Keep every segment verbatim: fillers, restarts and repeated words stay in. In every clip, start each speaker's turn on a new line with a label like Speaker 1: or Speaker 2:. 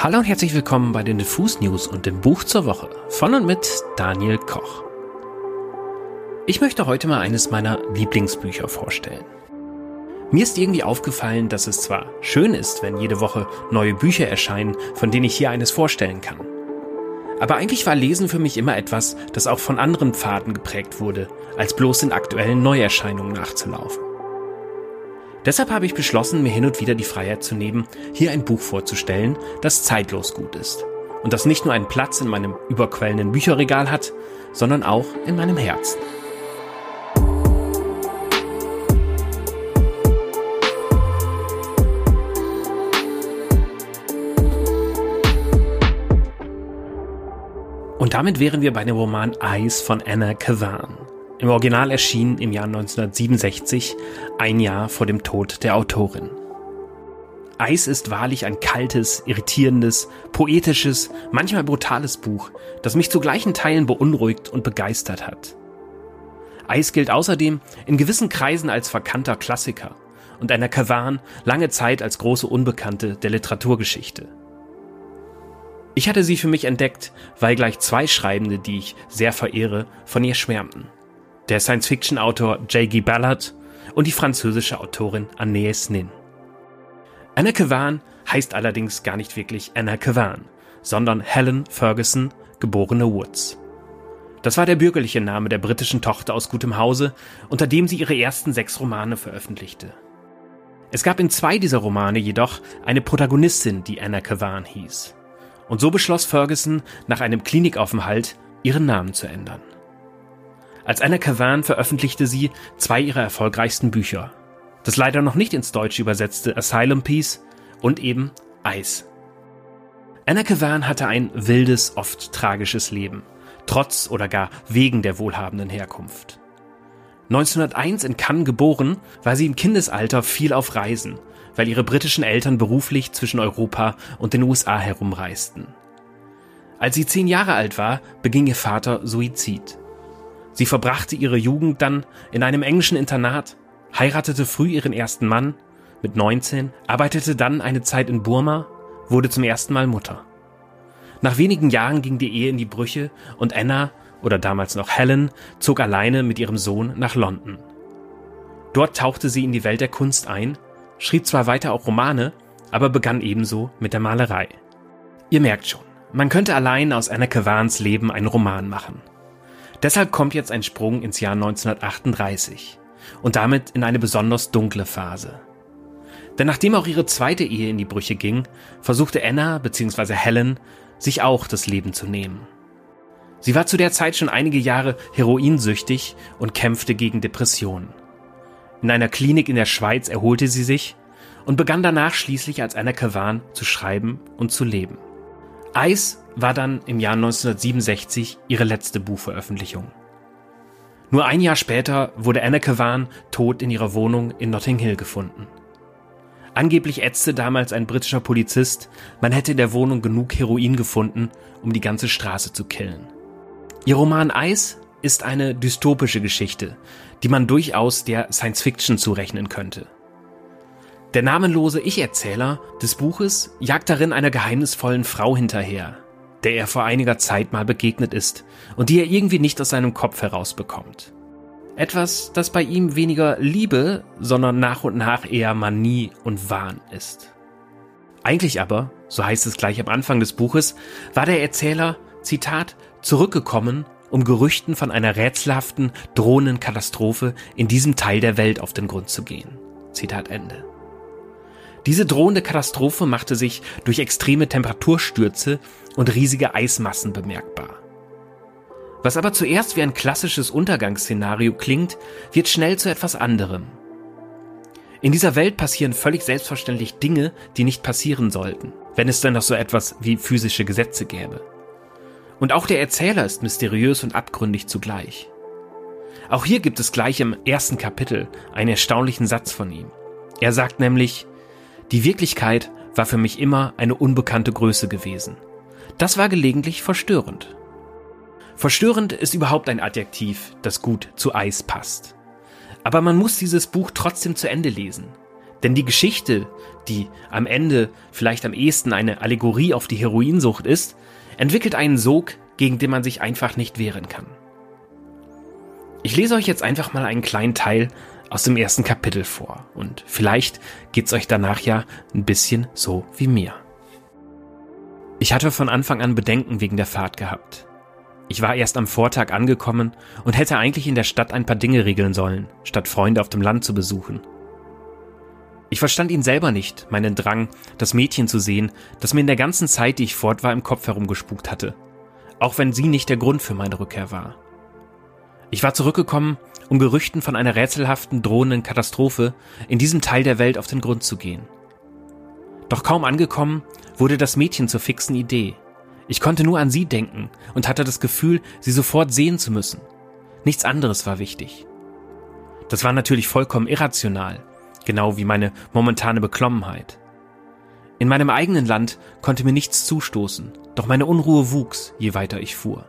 Speaker 1: Hallo und herzlich willkommen bei den Diffus News und dem Buch zur Woche von und mit Daniel Koch. Ich möchte heute mal eines meiner Lieblingsbücher vorstellen. Mir ist irgendwie aufgefallen, dass es zwar schön ist, wenn jede Woche neue Bücher erscheinen, von denen ich hier eines vorstellen kann. Aber eigentlich war Lesen für mich immer etwas, das auch von anderen Pfaden geprägt wurde, als bloß den aktuellen Neuerscheinungen nachzulaufen. Deshalb habe ich beschlossen, mir hin und wieder die Freiheit zu nehmen, hier ein Buch vorzustellen, das zeitlos gut ist und das nicht nur einen Platz in meinem überquellenden Bücherregal hat, sondern auch in meinem Herzen. Und damit wären wir bei dem Roman Ice von Anna Kavan. Im Original erschienen im Jahr neunzehnhundertsiebenundsechzig, ein Jahr vor dem Tod der Autorin. Ice ist wahrlich ein kaltes, irritierendes, poetisches, manchmal brutales Buch, das mich zu gleichen Teilen beunruhigt und begeistert hat. Ice gilt außerdem in gewissen Kreisen als verkannter Klassiker und Anna Kavan lange Zeit als große Unbekannte der Literaturgeschichte. Ich hatte sie für mich entdeckt, weil gleich zwei Schreibende, die ich sehr verehre, von ihr schwärmten. Der Science-Fiction-Autor J G Ballard und die französische Autorin Agnès Nin. Anna Kavan heißt allerdings gar nicht wirklich Anna Kavan, sondern Helen Ferguson, geborene Woods. Das war der bürgerliche Name der britischen Tochter aus gutem Hause, unter dem sie ihre ersten sechs Romane veröffentlichte. Es gab in zwei dieser Romane jedoch eine Protagonistin, die Anna Kavan hieß. Und so beschloss Ferguson, nach einem Klinikaufenthalt ihren Namen zu ändern. Als Anna Kavan veröffentlichte sie zwei ihrer erfolgreichsten Bücher. Das leider noch nicht ins Deutsche übersetzte Asylum Peace und eben Ice. Anna Kavan hatte ein wildes, oft tragisches Leben, trotz oder gar wegen der wohlhabenden Herkunft. neunzehnhunderteins in Cannes geboren, war sie im Kindesalter viel auf Reisen, weil ihre britischen Eltern beruflich zwischen Europa und den U S A herumreisten. Als sie zehn Jahre alt war, beging ihr Vater Suizid. Sie verbrachte ihre Jugend dann in einem englischen Internat, heiratete früh ihren ersten Mann, mit neunzehn, arbeitete dann eine Zeit in Burma, wurde zum ersten Mal Mutter. Nach wenigen Jahren ging die Ehe in die Brüche und Anna, oder damals noch Helen, zog alleine mit ihrem Sohn nach London. Dort tauchte sie in die Welt der Kunst ein, schrieb zwar weiter auch Romane, aber begann ebenso mit der Malerei. Ihr merkt schon, man könnte allein aus Anna Kavans Leben einen Roman machen. Deshalb kommt jetzt ein Sprung ins Jahr neunzehnhundertachtunddreißig und damit in eine besonders dunkle Phase. Denn nachdem auch ihre zweite Ehe in die Brüche ging, versuchte Anna bzw. Helen, sich auch das Leben zu nehmen. Sie war zu der Zeit schon einige Jahre heroinsüchtig und kämpfte gegen Depressionen. In einer Klinik in der Schweiz erholte sie sich und begann danach schließlich als Anna Kavan zu schreiben und zu leben. Ice war dann im Jahr neunzehnhundertsiebenundsechzig ihre letzte Buchveröffentlichung. Nur ein Jahr später wurde Anna Kavan tot in ihrer Wohnung in Notting Hill gefunden. Angeblich ätzte damals ein britischer Polizist, man hätte in der Wohnung genug Heroin gefunden, um die ganze Straße zu killen. Ihr Roman Ice ist eine dystopische Geschichte, die man durchaus der Science-Fiction zurechnen könnte. Der namenlose Ich-Erzähler des Buches jagt darin einer geheimnisvollen Frau hinterher, der er vor einiger Zeit mal begegnet ist und die er irgendwie nicht aus seinem Kopf herausbekommt. Etwas, das bei ihm weniger Liebe, sondern nach und nach eher Manie und Wahn ist. Eigentlich aber, so heißt es gleich am Anfang des Buches, war der Erzähler, Zitat, zurückgekommen, um Gerüchten von einer rätselhaften, drohenden Katastrophe in diesem Teil der Welt auf den Grund zu gehen. Zitat Ende. Diese drohende Katastrophe machte sich durch extreme Temperaturstürze und riesige Eismassen bemerkbar. Was aber zuerst wie ein klassisches Untergangsszenario klingt, wird schnell zu etwas anderem. In dieser Welt passieren völlig selbstverständlich Dinge, die nicht passieren sollten, wenn es denn noch so etwas wie physische Gesetze gäbe. Und auch der Erzähler ist mysteriös und abgründig zugleich. Auch hier gibt es gleich im ersten Kapitel einen erstaunlichen Satz von ihm. Er sagt nämlich: Die Wirklichkeit war für mich immer eine unbekannte Größe gewesen. Das war gelegentlich verstörend. Verstörend ist überhaupt ein Adjektiv, das gut zu Ice passt. Aber man muss dieses Buch trotzdem zu Ende lesen. Denn die Geschichte, die am Ende vielleicht am ehesten eine Allegorie auf die Heroinsucht ist, entwickelt einen Sog, gegen den man sich einfach nicht wehren kann. Ich lese euch jetzt einfach mal einen kleinen Teil aus dem ersten Kapitel vor und vielleicht geht's euch danach ja ein bisschen so wie mir. Ich hatte von Anfang an Bedenken wegen der Fahrt gehabt. Ich war erst am Vortag angekommen und hätte eigentlich in der Stadt ein paar Dinge regeln sollen, statt Freunde auf dem Land zu besuchen. Ich verstand ihn selber nicht, meinen Drang, das Mädchen zu sehen, das mir in der ganzen Zeit, die ich fort war, im Kopf herumgespukt hatte, auch wenn sie nicht der Grund für meine Rückkehr war. Ich war zurückgekommen, um Gerüchten von einer rätselhaften, drohenden Katastrophe in diesem Teil der Welt auf den Grund zu gehen. Doch kaum angekommen, wurde das Mädchen zur fixen Idee. Ich konnte nur an sie denken und hatte das Gefühl, sie sofort sehen zu müssen. Nichts anderes war wichtig. Das war natürlich vollkommen irrational, genau wie meine momentane Beklommenheit. In meinem eigenen Land konnte mir nichts zustoßen, doch meine Unruhe wuchs, je weiter ich fuhr.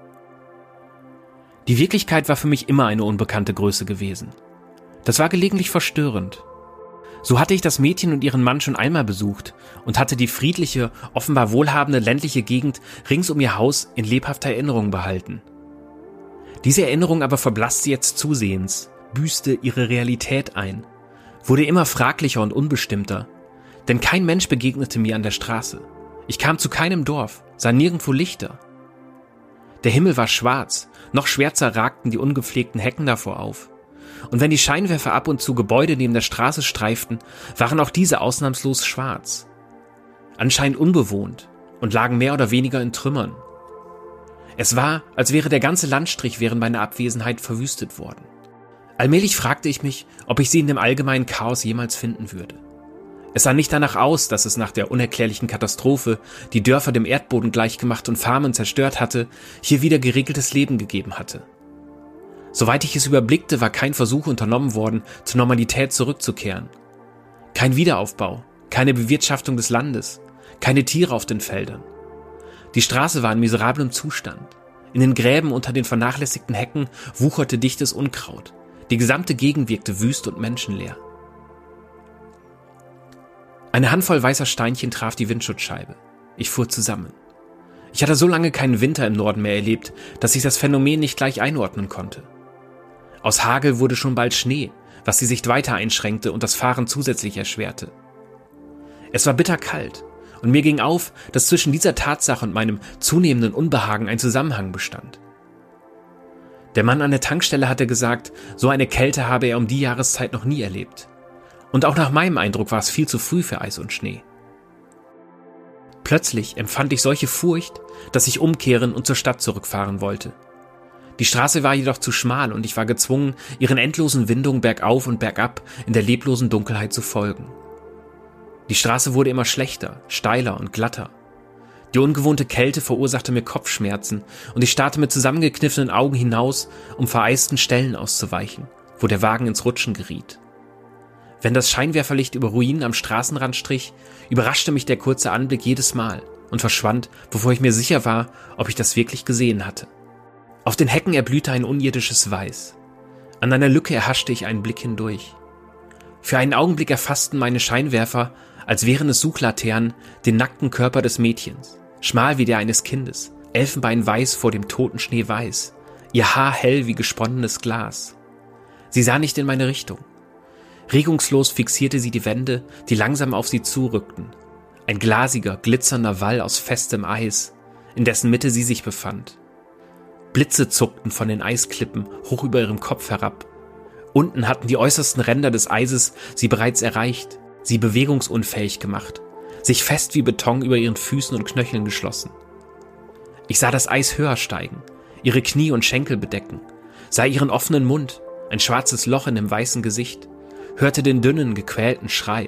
Speaker 1: Die Wirklichkeit war für mich immer eine unbekannte Größe gewesen. Das war gelegentlich verstörend. So hatte ich das Mädchen und ihren Mann schon einmal besucht und hatte die friedliche, offenbar wohlhabende ländliche Gegend rings um ihr Haus in lebhafter Erinnerung behalten. Diese Erinnerung aber verblasste jetzt zusehends, büßte ihre Realität ein, wurde immer fraglicher und unbestimmter, denn kein Mensch begegnete mir an der Straße. Ich kam zu keinem Dorf, sah nirgendwo Lichter. Der Himmel war schwarz, noch schwärzer ragten die ungepflegten Hecken davor auf. Und wenn die Scheinwerfer ab und zu Gebäude neben der Straße streiften, waren auch diese ausnahmslos schwarz. Anscheinend unbewohnt und lagen mehr oder weniger in Trümmern. Es war, als wäre der ganze Landstrich während meiner Abwesenheit verwüstet worden. Allmählich fragte ich mich, ob ich sie in dem allgemeinen Chaos jemals finden würde. Es sah nicht danach aus, dass es nach der unerklärlichen Katastrophe, die Dörfer dem Erdboden gleichgemacht und Farmen zerstört hatte, hier wieder geregeltes Leben gegeben hatte. Soweit ich es überblickte, war kein Versuch unternommen worden, zur Normalität zurückzukehren. Kein Wiederaufbau, keine Bewirtschaftung des Landes, keine Tiere auf den Feldern. Die Straße war in miserablem Zustand. In den Gräben unter den vernachlässigten Hecken wucherte dichtes Unkraut. Die gesamte Gegend wirkte wüst und menschenleer. Eine Handvoll weißer Steinchen traf die Windschutzscheibe. Ich fuhr zusammen. Ich hatte so lange keinen Winter im Norden mehr erlebt, dass ich das Phänomen nicht gleich einordnen konnte. Aus Hagel wurde schon bald Schnee, was die Sicht weiter einschränkte und das Fahren zusätzlich erschwerte. Es war bitterkalt und mir ging auf, dass zwischen dieser Tatsache und meinem zunehmenden Unbehagen ein Zusammenhang bestand. Der Mann an der Tankstelle hatte gesagt, so eine Kälte habe er um die Jahreszeit noch nie erlebt. Und auch nach meinem Eindruck war es viel zu früh für Eis und Schnee. Plötzlich empfand ich solche Furcht, dass ich umkehren und zur Stadt zurückfahren wollte. Die Straße war jedoch zu schmal und ich war gezwungen, ihren endlosen Windungen bergauf und bergab in der leblosen Dunkelheit zu folgen. Die Straße wurde immer schlechter, steiler und glatter. Die ungewohnte Kälte verursachte mir Kopfschmerzen und ich starrte mit zusammengekniffenen Augen hinaus, um vereisten Stellen auszuweichen, wo der Wagen ins Rutschen geriet. Wenn das Scheinwerferlicht über Ruinen am Straßenrand strich, überraschte mich der kurze Anblick jedes Mal und verschwand, bevor ich mir sicher war, ob ich das wirklich gesehen hatte. Auf den Hecken erblühte ein unirdisches Weiß. An einer Lücke erhaschte ich einen Blick hindurch. Für einen Augenblick erfassten meine Scheinwerfer, als wären es Suchlaternen, den nackten Körper des Mädchens, schmal wie der eines Kindes, elfenbeinweiß vor dem toten Schnee weiß, ihr Haar hell wie gesponnenes Glas. Sie sah nicht in meine Richtung. Regungslos fixierte sie die Wände, die langsam auf sie zurückten. Ein glasiger, glitzernder Wall aus festem Eis, in dessen Mitte sie sich befand. Blitze zuckten von den Eisklippen hoch über ihrem Kopf herab. Unten hatten die äußersten Ränder des Eises sie bereits erreicht, sie bewegungsunfähig gemacht, sich fest wie Beton über ihren Füßen und Knöcheln geschlossen. Ich sah das Eis höher steigen, ihre Knie und Schenkel bedecken, sah ihren offenen Mund, ein schwarzes Loch in dem weißen Gesicht, hörte den dünnen, gequälten Schrei.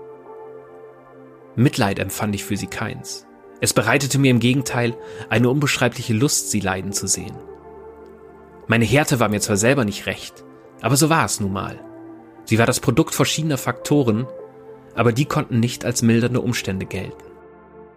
Speaker 1: Mitleid empfand ich für sie keins. Es bereitete mir im Gegenteil eine unbeschreibliche Lust, sie leiden zu sehen. Meine Härte war mir zwar selber nicht recht, aber so war es nun mal. Sie war das Produkt verschiedener Faktoren, aber die konnten nicht als mildernde Umstände gelten.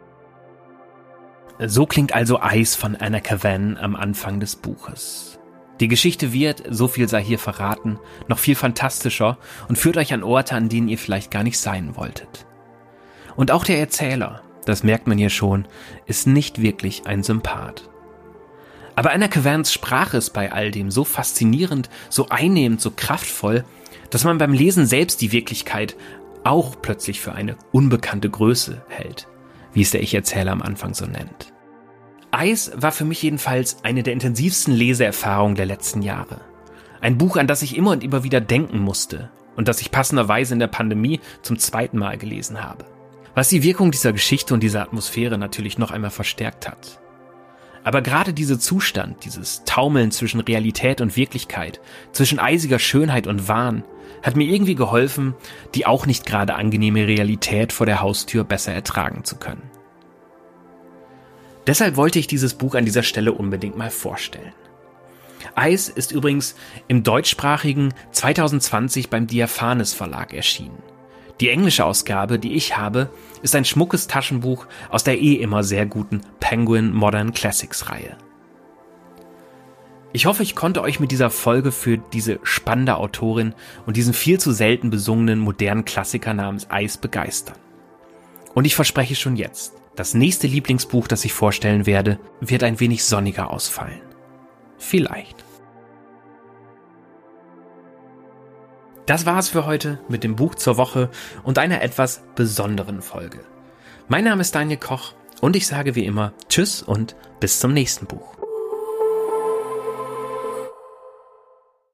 Speaker 1: So klingt also Eis von Anna Kavan am Anfang des Buches. Die Geschichte wird, so viel sei hier verraten, noch viel fantastischer und führt euch an Orte, an denen ihr vielleicht gar nicht sein wolltet. Und auch der Erzähler, das merkt man hier schon, ist nicht wirklich ein Sympath. Aber Anna Kavanagh Sprache ist bei all dem so faszinierend, so einnehmend, so kraftvoll, dass man beim Lesen selbst die Wirklichkeit auch plötzlich für eine unbekannte Größe hält, wie es der Ich-Erzähler am Anfang so nennt. Eis war für mich jedenfalls eine der intensivsten Leseerfahrungen der letzten Jahre. Ein Buch, an das ich immer und immer wieder denken musste und das ich passenderweise in der Pandemie zum zweiten Mal gelesen habe. Was die Wirkung dieser Geschichte und dieser Atmosphäre natürlich noch einmal verstärkt hat. Aber gerade dieser Zustand, dieses Taumeln zwischen Realität und Wirklichkeit, zwischen eisiger Schönheit und Wahn, hat mir irgendwie geholfen, die auch nicht gerade angenehme Realität vor der Haustür besser ertragen zu können. Deshalb wollte ich dieses Buch an dieser Stelle unbedingt mal vorstellen. Eis ist übrigens im deutschsprachigen zwanzig zwanzig beim Diaphanes Verlag erschienen. Die englische Ausgabe, die ich habe, ist ein schmuckes Taschenbuch aus der eh immer sehr guten Penguin Modern Classics Reihe. Ich hoffe, ich konnte euch mit dieser Folge für diese spannende Autorin und diesen viel zu selten besungenen modernen Klassiker namens Eis begeistern. Und ich verspreche schon jetzt, das nächste Lieblingsbuch, das ich vorstellen werde, wird ein wenig sonniger ausfallen. Vielleicht. Das war es für heute mit dem Buch zur Woche und einer etwas besonderen Folge. Mein Name ist Daniel Koch und ich sage wie immer Tschüss und bis zum nächsten Buch.